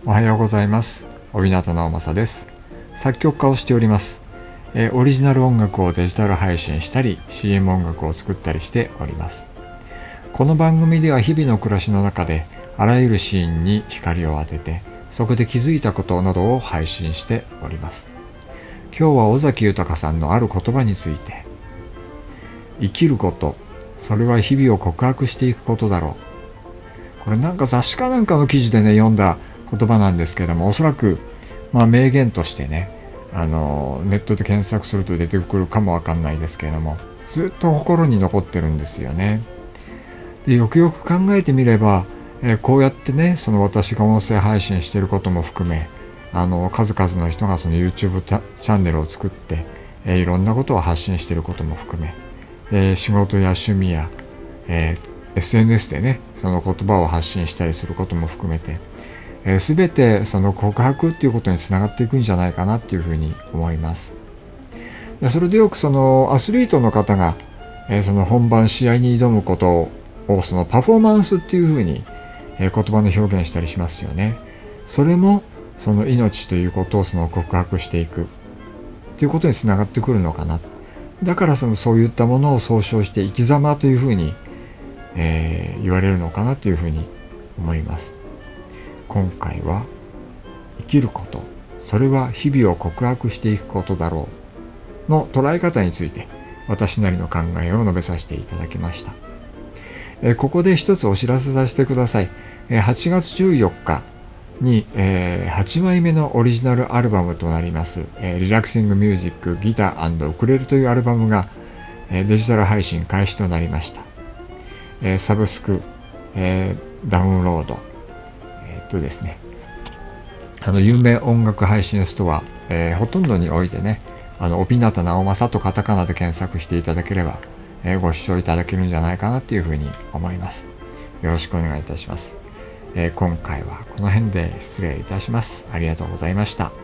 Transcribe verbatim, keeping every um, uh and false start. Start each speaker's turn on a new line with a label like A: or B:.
A: おはようございます。小日向直政です。作曲家をしております。えー、オリジナル音楽をデジタル配信したり シーエム 音楽を作ったりしております。この番組では日々の暮らしの中であらゆるシーンに光を当てて、そこで気づいたことなどを配信しております。今日は尾崎豊さんのある言葉について、生きること、それは日々を告白していくことだろう。これなんか雑誌かなんかの記事でね読んだ言葉なんですけども、おそらくまあ名言としてね、あのネットで検索すると出てくるかもわかんないですけれども、ずっと心に残ってるんですよね。でよくよく考えてみれば、えー、こうやってね、その私が音声配信していることも含め、あの数々の人がその YouTube チャ、チャンネルを作って、えー、いろんなことを発信していることも含め、えー、仕事や趣味や、えー、エスエヌエス でね、その言葉を発信したりすることも含めて、えー、全てその告白っていうことにつながっていくんじゃないかなっていうふうに思います。でそれでよくそのアスリートの方が、えー、その本番試合に挑むことをそのパフォーマンスっていうふうに、えー、言葉で表現したりしますよね。それもその命ということをその告白していくということにつながってくるのかな。だからそのそういったものを総称して生き様というふうに、えー、言われるのかなというふうに思います。今回は生きること、それは日々を告白していくことだろうの捉え方について私なりの考えを述べさせていただきました。えー、ここで一つお知らせさせてください。えー、はちがつじゅうよっかに、えー、はちまいめのオリジナルアルバムとなります、えー、リラクシングミュージックギター&ウクレレというアルバムが、えー、デジタル配信開始となりました。えー、サブスク、えー、ダウンロード、えー、っとですね、あの有名音楽配信ストア、えー、ほとんどにおいてね、あの、小日向直政とカタカナで検索していただければ、えー、ご視聴いただけるんじゃないかなっていうふうに思います。よろしくお願いいたします。えー、今回はこの辺で失礼いたします。ありがとうございました。